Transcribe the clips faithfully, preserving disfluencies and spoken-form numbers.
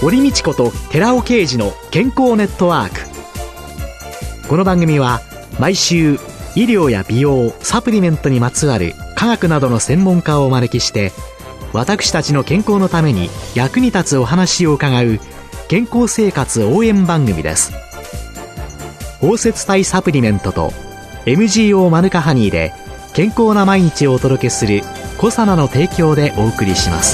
堀道子と寺尾啓二の健康ネットワーク。この番組は毎週医療や美容、サプリメントにまつわる科学などの専門家をお招きして、私たちの健康のために役に立つお話を伺う健康生活応援番組です。包摂体サプリメントと エムジーオー マヌカハニーで健康な毎日をお届けするコサナの提供でお送りします。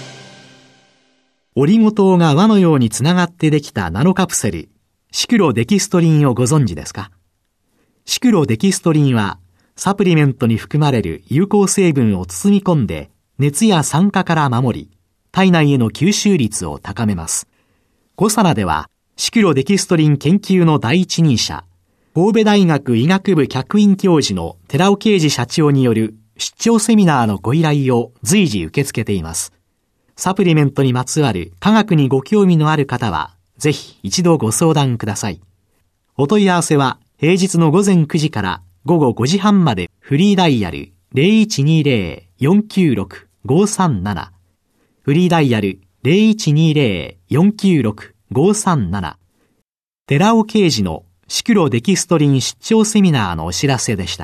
オリゴ糖が輪のようにつながってできたナノカプセル、シクロデキストリンをご存知ですか？シクロデキストリンはサプリメントに含まれる有効成分を包み込んで熱や酸化から守り、体内への吸収率を高めます。コサナではシクロデキストリン研究の第一人者、神戸大学医学部客員教授の寺尾啓二社長による出張セミナーのご依頼を随時受け付けています。サプリメントにまつわる科学にご興味のある方は、ぜひ一度ご相談ください。お問い合わせは平日のごぜんくじからごごごじはんまでフリーダイヤル ゼロいちにゼロ よんきゅうろく ごさんなな、フリーダイヤル ゼロいちにゼロ よんきゅうろく ごさんなな、寺尾啓二のシクロデキストリン出張セミナーのお知らせでした。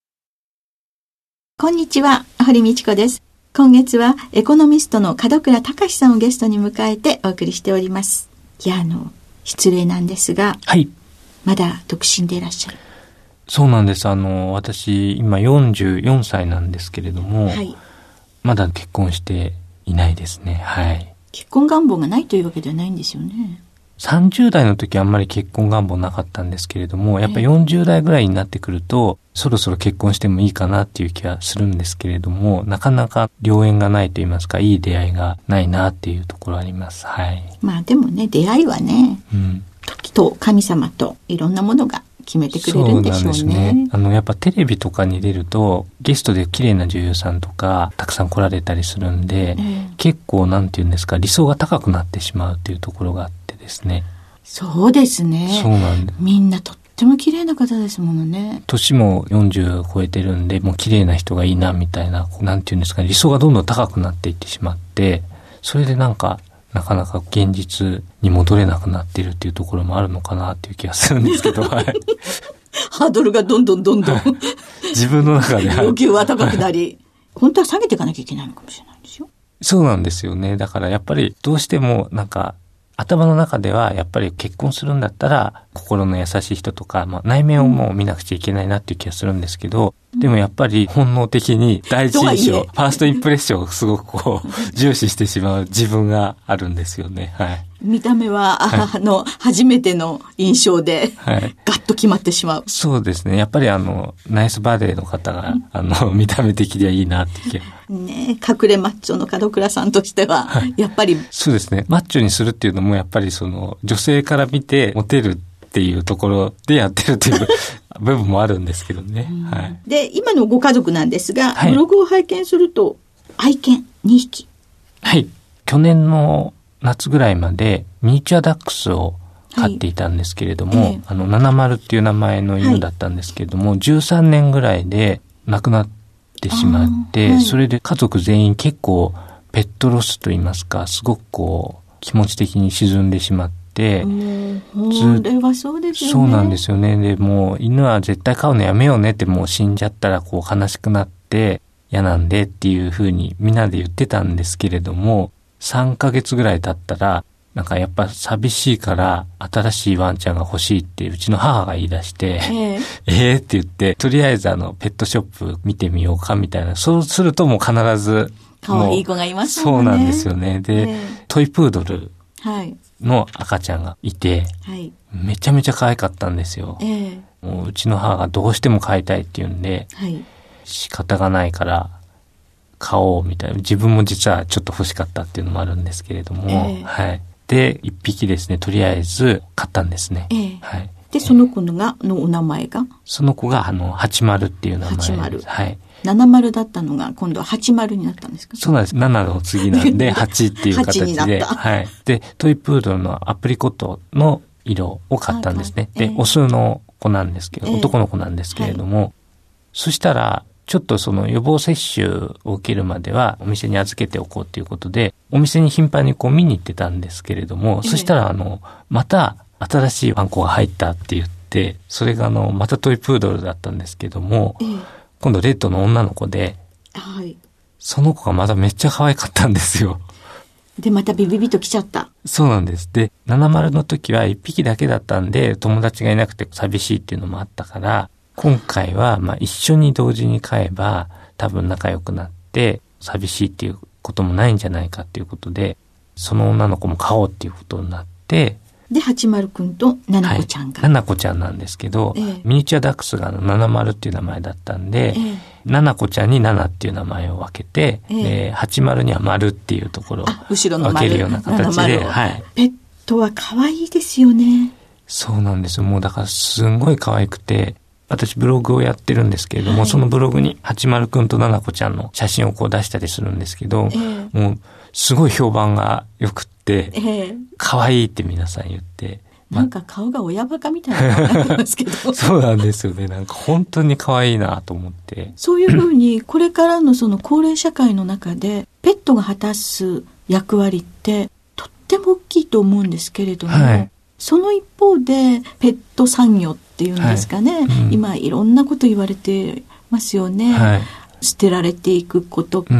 こんにちは、堀道子です。今月はエコノミストの門倉隆さんをゲストに迎えてお送りしております。いや、あの失礼なんですが、 はい、 まだ独身でいらっしゃる？ そうなんです。あの私今よんじゅうよんさいなんですけれども、はい、まだ結婚していないですね。はい。 結婚願望がないというわけではないんですよね。 さんじゅう代の時はあんまり結婚願望なかったんですけれども、やっぱりよんじゅう代ぐらいになってくると、そろそろ結婚してもいいかなっていう気はするんですけれども、なかなか良縁がないと言いますか、いい出会いがないなっていうところあります。はい。 まあでもね、出会いはね、 うん、 時と神様といろんなものが決めてくれるんでしょうね。そうなんですね。 あのやっぱテレビとかに出るとゲストで綺麗な女優さんとかたくさん来られたりするんで、えー、結構なんていうんですか、理想が高くなってしまうというところがあってですね。 そうですね。 そうなんです。 みんなとっても綺麗な方ですものね。 年もよんじゅう超えてるんで、もう綺麗な人がいいなみたいな、なんていうんですか、理想がどんどん高くなっていってしまって、それでなんかなかなか現実に戻れなくなっているっていうところもあるのかなっていう気がするんですけど、はい。 ハードルがどんどんどんどん自分の中で要求は高くなり、はい、本当は下げていかなきゃいけないのかもしれないんですよ。 そうなんですよね。だからやっぱりどうしてもなんか頭の中ではやっぱり結婚するんだったら心の優しい人とか、まあ、内面をもう見なくちゃいけないなっていう気がするんですけど、うん、でもやっぱり本能的に第一印象、ファーストインプレッションをすごくこう重視してしまう自分があるんですよね。はい。 見た目は、はい、あの初めての印象で、はい、ガッと決まってしまう。 そうですね。やっぱりあのナイスバデーの方が、うん、あの見た目的にはいいなって気がね、隠れマッチョの門倉さんとしては、はい、やっぱりそうですね。マッチョにするっていうのもやっぱりその女性から見てモテるっていうところでやってるっていう部分もあるんですけどね。はい。 で、今のご家族なんですが、はい、ブログを拝見すると愛犬にひき。 はい。去年の夏ぐらいまでミニチュアダックスを飼っていたんですけれども、はいえー、あのななまるっていう名前の犬だったんですけれども、はい、じゅうさんねんぐらいで亡くなってしまって、はい、それで家族全員結構ペットロスといいますか、すごくこう気持ち的に沈んでしまって、 それはそうですよね。 そうなんですよね。でもう犬は絶対飼うのやめようねって、もう死んじゃったらこう悲しくなって嫌なんでっていう風にみんなで言ってたんですけれども、さんかげつぐらい経ったらなんかやっぱ寂しいから新しいワンちゃんが欲しいってうちの母が言い出して、えー、えーって言って、とりあえずあのペットショップ見てみようかみたいな。そうするともう必ず可愛い子がいますもんね。そうなんですよね。で、えー、トイプードルの赤ちゃんがいて、はい、めちゃめちゃ可愛かったんですよ。えー、もううちの母がどうしても飼いたいって言うんで、はい、仕方がないから買おうみたいな。自分も実はちょっと欲しかったっていうのもあるんですけれども、えー、はい。で、一匹ですね、とりあえず買ったんですね。えー、はい。 で、その子のが、のお名前がその子が、あの、はちまるっていう名前です。はちまる。はい。 ななまるだったのが、今度ははちまるになったんですか？ そうなんです。ななの次なんで、はちっていう形で。はちになった。はい。で、トイプードルのアプリコットの色を買ったんですね。で、えー、オスの子なんですけど、男の子なんですけれども、はい、そしたら、ちょっとその予防接種を受けるまではお店に預けておこうということで、 お店に頻繁にこう見に行ってたんですけれども、ええ、そしたらあの、また新しいワンコが入ったって言って、それがあの、またトイプードルだったんですけども、ええ、今度レッドの女の子で、はい、その子がまだめっちゃ可愛かったんですよ。 で、またビビビと来ちゃった。 そうなんです。で、ななじゅうの時はいっぴきだけだったんで、友達がいなくて寂しいっていうのもあったから、今回はまあ一緒に同時に飼えば多分仲良くなって寂しいっていうこともないんじゃないかっていうことで、その女の子も飼おうっていうことになって、 で、はちまるくんとななこちゃんが。 ななこちゃんなんですけど、ええ、ミニチュアダックスがななじゅうっていう名前だったんで、ええ、ななこちゃんにななっていう名前を分けて、ええ、ではちじゅうには丸っていうところを分けるような形で、 はい、ペットは可愛いですよね。 そうなんですよ。もうだからすんごい可愛くて、私ブログをやってるんですけれども、はい、そのブログにはちまるくんとななこちゃんの写真をこう出したりするんですけど、えー、もうすごい評判が良くって、えー、可愛いって皆さん言って、 なんか顔が親バカみたいな感じなんですけどそうなんですよね。なんか本当に可愛いなと思って、 そういうふうにこれからのその高齢社会の中でペットが果たす役割ってとっても大きいと思うんですけれども、はい、その一方でペット産業っていうんですかね、はいうん、今いろんなこと言われてますよね、はい、捨てられていく子とか、うん、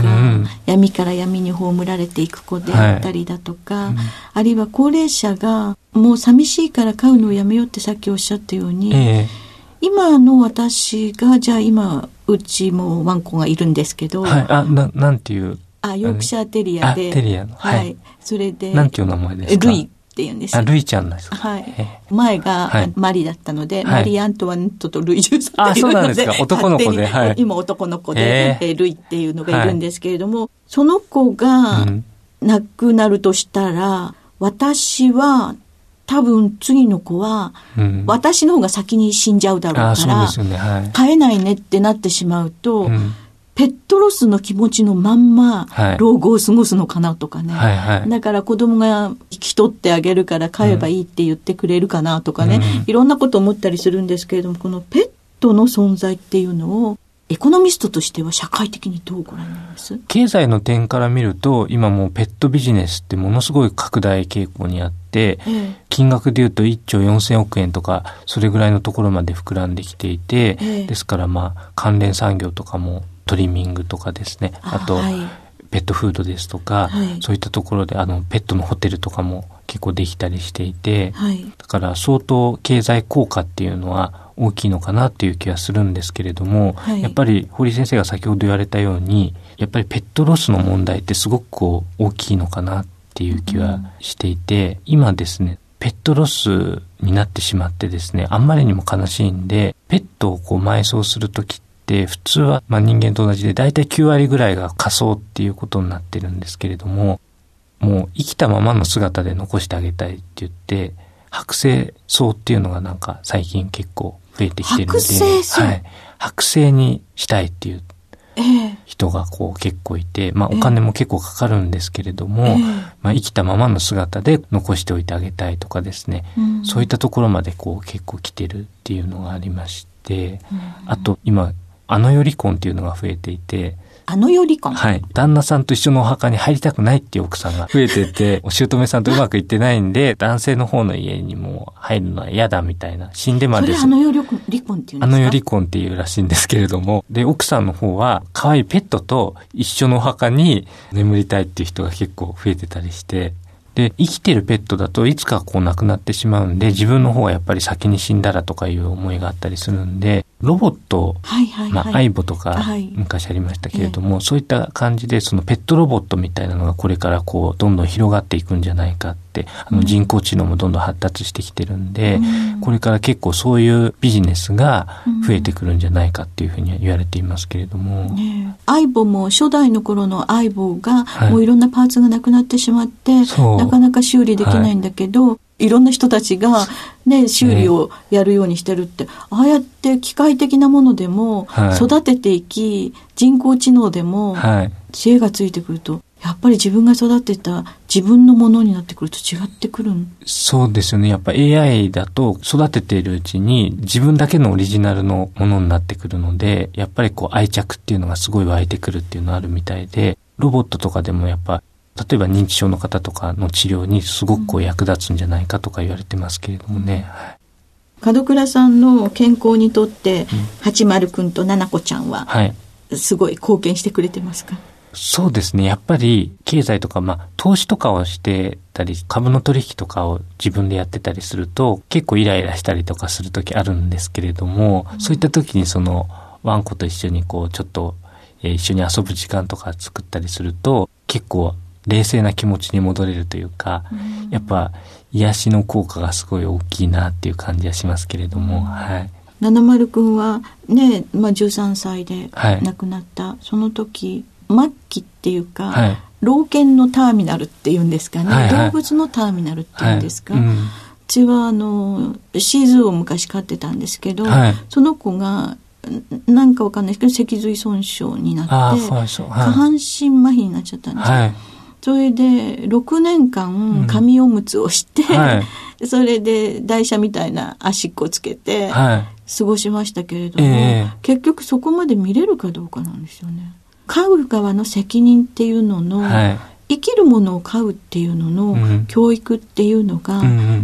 闇から闇に葬られていく子であったりだとか、はいうん、あるいは高齢者がもう寂しいから飼うのをやめようってさっきおっしゃったように、えー、今の私がじゃあ今うちもワンコがいるんですけど、 はい、あななんていうあヨークシャーテリアでテリアの、はい、はい、 それでなんていう名前ですか？ ルイっていうんです。 あ、ルイちゃんですか。 はい。前がマリだったので、はい、マリー・アントワネットとルイじゅうさんあ、 っていうので、 そうなんですか。男の子で、はい、 今男の子で、えー、ルイっていうのがいるんですけれども、はい、その子が亡くなるとしたら、私は多分次の子は、うん、私の方が先に死んじゃうだろうから、あ、そうですよね、はい、飼えないねってなってしまうと、うん、ペットロスの気持ちのまんま老後を過ごすのかなとかね、はいはいはい、だから子供が引き取ってあげるから飼えばいいって言ってくれるかなとかね、うん、いろんなこと思ったりするんですけれども、このペットの存在っていうのをエコノミストとしては社会的にどうご覧になります？ 経済の点から見ると今もうペットビジネスってものすごい拡大傾向にあって、ええ、金額でいうといっちょうよんせんおくえんとかそれぐらいのところまで膨らんできていて、ええ、ですからまあ関連産業とかもトリミングとかですね、あと、はい、ペットフードですとか、はい、そういったところであのペットのホテルとかも結構できたりしていて、はい、だから相当経済効果っていうのは大きいのかなっていう気はするんですけれども、はい、やっぱり堀先生が先ほど言われたようにやっぱりペットロスの問題ってすごくこう大きいのかなっていう気はしていて、うん、今ですねペットロスになってしまってですねあんまりにも悲しいんで、ペットをこう埋葬するときって普通はまあ人間と同じでだいたいきゅうわりぐらいが火葬っていうことになってるんですけれども、もう生きたままの姿で残してあげたいって言って剥製葬っていうのがなんか最近結構増えてきてるので、 剥製葬、 はい、剥製にしたいっていう人がこう結構いて、まあお金も結構かかるんですけれども、えーまあ、生きたままの姿で残しておいてあげたいとかですね、うん、そういったところまでこう結構来てるっていうのがありまして、うん、あと今あの世離婚っていうのが増えていて、 あの世離婚、 はい。旦那さんと一緒のお墓に入りたくないっていう奥さんが増えてて、お姑さんとうまくいってないんで、男性の方の家にも入るのは嫌だみたいな、死んでまで。 それあの世離婚っていうんですか？ あの世離婚っていうらしいんですけれども、で、奥さんの方は可愛いペットと一緒のお墓に眠りたいっていう人が結構増えてたりして、で、生きてるペットだといつかこう亡くなってしまうんで、自分の方はやっぱり先に死んだらとかいう思いがあったりするんで、ロボット、 はいはいはい、 まあ、アイボとか昔ありましたけれども、はい、そういった感じでそのペットロボットみたいなのがこれからこうどんどん広がっていくんじゃないかって、あの人工知能もどんどん発達してきてるんで、うん、これから結構そういうビジネスが増えてくるんじゃないかっていうふうには言われていますけれども、 ね、アイボも初代の頃のアイボがもういろんなパーツがなくなってしまって、はい、なかなか修理できないんだけど、はい、いろんな人たちが、ね、修理をやるようにしてるって、ね、ああやって機械的なものでも育てていき、はい、人工知能でも知恵がついてくると、やっぱり自分が育てた自分のものになってくると違ってくるん。 そうですよね。やっぱ エーアイ だと育てているうちに自分だけのオリジナルのものになってくるので、やっぱりこう愛着っていうのがすごい湧いてくるっていうのがあるみたいで、ロボットとかでもやっぱ例えば認知症の方とかの治療にすごくこう役立つんじゃないかとか言われてますけれどもね、 うん、門倉さんの健康にとって、うん、八丸くんと七子ちゃんは、はい、すごい貢献してくれてますか？ そうですね。やっぱり経済とか、まあ、投資とかをしてたり、株の取引とかを自分でやってたりすると、結構イライラしたりとかするときあるんですけれども、うん、そういったときにその、ワンコと一緒にこう、ちょっと、えー、一緒に遊ぶ時間とか作ったりすると、結構冷静な気持ちに戻れるというか、うん、やっぱ、癒しの効果がすごい大きいなっていう感じはしますけれども、うん、はい。 七丸くんはね、まあ、じゅうさんさいで亡くなった、はい、その時、末期っていうか、はい、老犬のターミナルっていうんですかね、はいはい、動物のターミナルっていうんですか、はい、うん、うちはあのシーズーを昔飼ってたんですけど、はい、その子がなんかわかんないですけど脊髄損傷になって、はい、下半身麻痺になっちゃったんですよ、はい、それでろくねんかん紙おむつをして、うん、はい、それで台車みたいな足っこつけて過ごしましたけれども、えー、結局そこまで見れるかどうかなんですよね。飼う側の責任っていうのの、はい、生きるものを飼うっていうのの、うん、教育っていうのが、うん、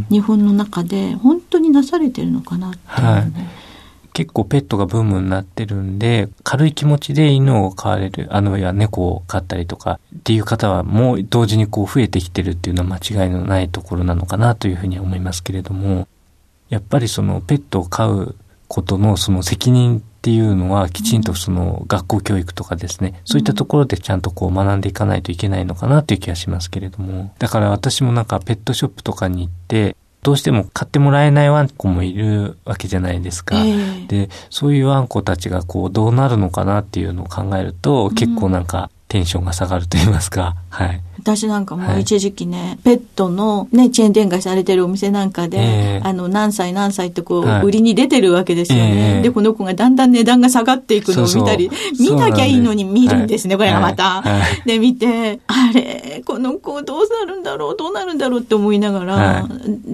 日本の中で本当になされてるのかなっていう、ね、はい、 結構ペットがブームになってるんで、軽い気持ちで犬を飼われる、あのや猫を飼ったりとかっていう方はもう同時にこう増えてきてるっていうのは間違いのないところなのかなというふうには思いますけれども、やっぱりそのペットを飼うことのその責任っていうのはきちんとその学校教育とかですね、うん、そういったところでちゃんとこう学んでいかないといけないのかなという気がしますけれども、だから私もなんかペットショップとかに行ってどうしても買ってもらえないワンコもいるわけじゃないですか、えー、でそういうワンコたちがこうどうなるのかなっていうのを考えると、うん、結構なんかテンションが下がると言いますか、はい、 私なんかもう一時期ね、はい、ペットの、ね、チェーン展開されてるお店なんかで、えー、あの何歳何歳ってこう、はい、売りに出てるわけですよね、えー、でこの子がだんだん値段が下がっていくのを見たり、そうそう見なきゃいいのに見るんですね、はい、これがまた、はい、で見てあれこの子どうなるんだろうどうなるんだろうって思いながら、はい、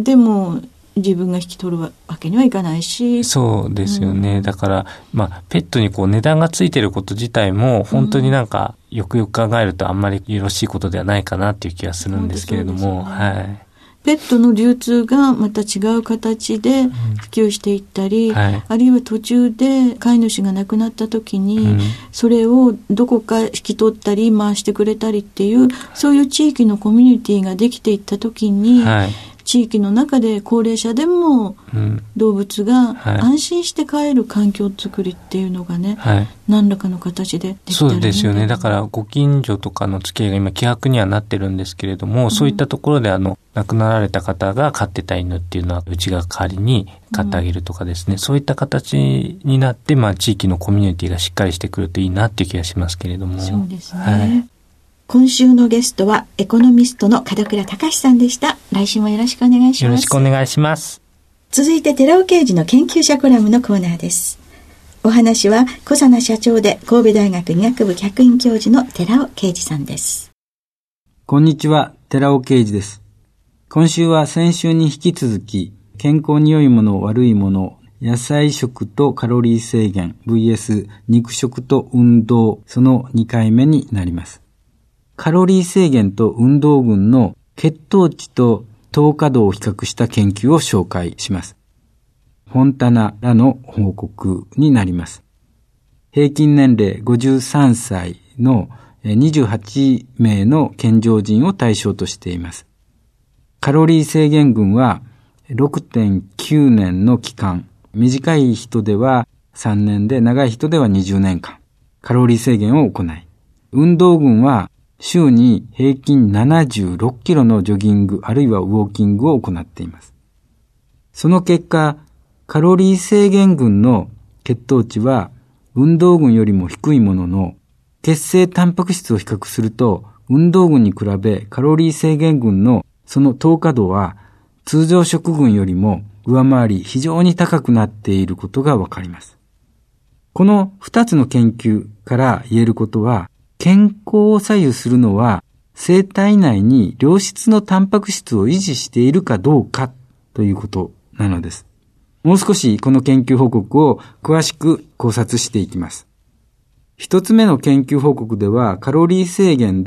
でも自分が引き取るわけにはいかないし。 そうですよね、うん、だから、まあ、ペットにこう値段がついてること自体も本当になんか、うん、よくよく考えるとあんまりよろしいことではないかなっていう気がするんですけれども、ね、はい、 ペットの流通がまた違う形で普及していったり、うん、はい、あるいは途中で飼い主が亡くなった時に、うん、それをどこか引き取ったり回してくれたりっていうそういう地域のコミュニティができていった時に、はい、地域の中で高齢者でも動物が安心して飼える環境づくりっていうのがね、はい、何らかの形でできたらいいんだ。 そうですよね。だからご近所とかの付き合いが今希薄にはなってるんですけれども、うん、そういったところであの亡くなられた方が飼ってた犬っていうのはうちが代わりに飼ってあげるとかですね、うん、そういった形になって、まあ、地域のコミュニティがしっかりしてくるといいなっていう気がしますけれども。 そうですね、はい、今週のゲストはエコノミストの門倉隆さんでした。来週もよろしくお願いします。 よろしくお願いします。 続いて寺尾啓二の研究者コラムのコーナーです。お話は小佐奈社長で神戸大学医学部客員教授の寺尾啓二さんです。 こんにちは、寺尾啓二です。今週は先週に引き続き健康に良いもの悪いもの、野菜食とカロリー制限 ブイエス 肉食と運動、そのにかいめになります。カロリー制限と運動群の血糖値と糖化度を比較した研究を紹介します。フォンタナらの報告になります。平均年齢ごじゅうさんさいのにじゅうはちめいの健常人を対象としています。カロリー制限群は ろくてんきゅうねんの期間、短い人ではさんねんで長い人ではにじゅうねんかん、カロリー制限を行い、運動群は週に平均ななじゅうろっキロのジョギングあるいはウォーキングを行っています。その結果、カロリー制限群の血糖値は運動群よりも低いものの、血清タンパク質を比較すると、運動群に比べカロリー制限群のその糖化度は通常食群よりも上回り非常に高くなっていることがわかります。この二つの研究から言えることは、健康を左右するのは生体内に良質のタンパク質を維持しているかどうかということなのです。もう少しこの研究報告を詳しく考察していきます。一つ目の研究報告ではカロリー制限で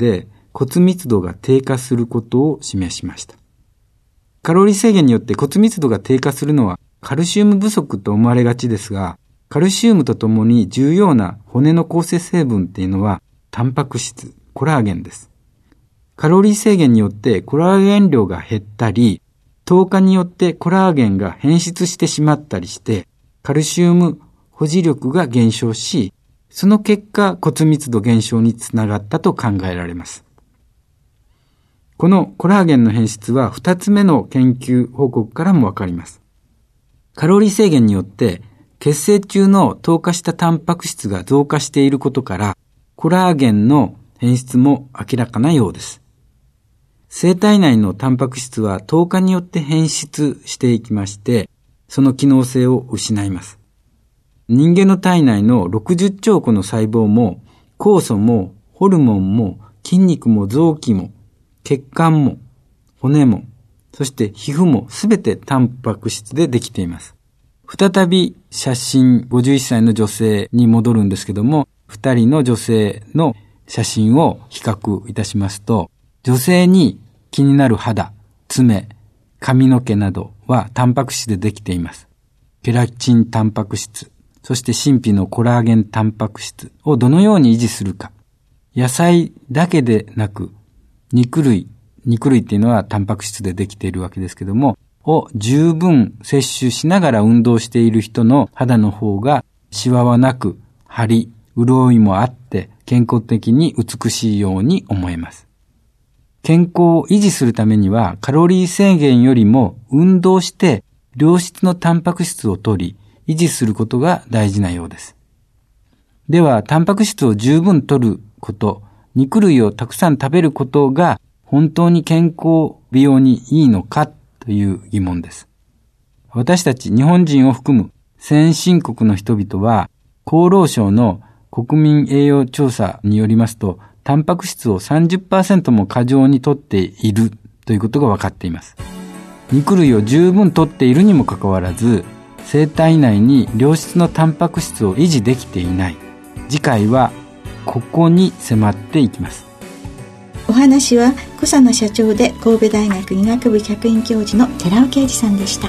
骨密度が低下することを示しました。カロリー制限によって骨密度が低下するのはカルシウム不足と思われがちですが、カルシウムとともに重要な骨の構成成分っていうのはタンパク質、コラーゲンです。カロリー制限によってコラーゲン量が減ったり、糖化によってコラーゲンが変質してしまったりして、カルシウム保持力が減少し、その結果骨密度減少につながったと考えられます。このコラーゲンの変質はふたつめの研究報告からもわかります。カロリー制限によって血清中の糖化したタンパク質が増加していることから、コラーゲンの変質も明らかなようです。生体内のタンパク質は糖化によって変質していきまして、その機能性を失います。人間の体内のろくじゅっちょうこの細胞も、酵素も、ホルモンも、筋肉も臓器も、血管も、骨も、そして皮膚もすべてタンパク質でできています。再び写真ごじゅういっさいの女性に戻るんですけども、二人の女性の写真を比較いたしますと、女性に気になる肌、爪、髪の毛などはタンパク質でできています。ケラチンタンパク質、そして真皮のコラーゲンタンパク質をどのように維持するか。野菜だけでなく、肉類、肉類っていうのはタンパク質でできているわけですけども、を十分摂取しながら運動している人の肌の方がシワはなく、張り、潤いもあって健康的に美しいように思えます。健康を維持するためにはカロリー制限よりも運動して良質のタンパク質を摂り、維持することが大事なようです。では、タンパク質を十分摂ること、肉類をたくさん食べることが本当に健康美容にいいのかという疑問です。私たち日本人を含む先進国の人々は、厚労省の国民栄養調査によりますと、タンパク質を さんじゅっパーセント も過剰に摂っているということが分かっています。肉類を十分摂っているにもかかわらず、生体内に良質のタンパク質を維持できていない。次回はここに迫っていきます。 お話は小佐野社長で神戸大学医学部客員教授の寺尾啓二さんでした。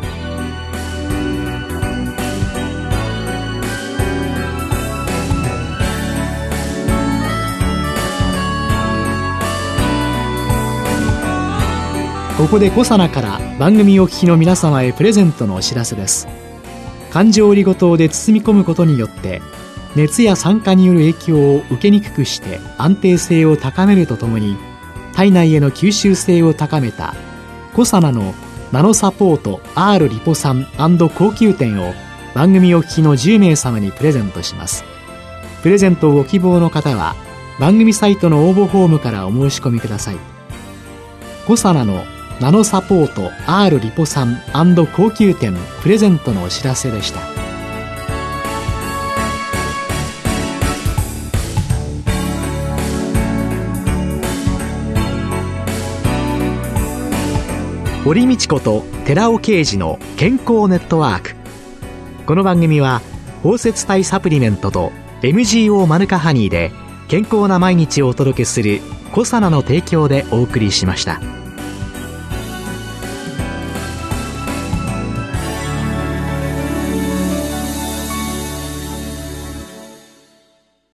ここでコサナから番組お聞きの皆様へプレゼントのお知らせです。環状オリゴ糖で包み込むことによって熱や酸化による影響を受けにくくして安定性を高めるとともに、体内への吸収性を高めたコサナのナノサポート R リポ酸&高級店を番組お聞きのじゅうめいさまにプレゼントします。プレゼントをご希望の方は番組サイトの応募フォームからお申し込みください。コサナのナノサポート R リポ酸&高級店プレゼントのお知らせでした。堀道子と寺尾啓二の健康ネットワーク。この番組は包摂体サプリメントと エムジーオー マヌカハニーで健康な毎日をお届けするコサナの提供でお送りしました。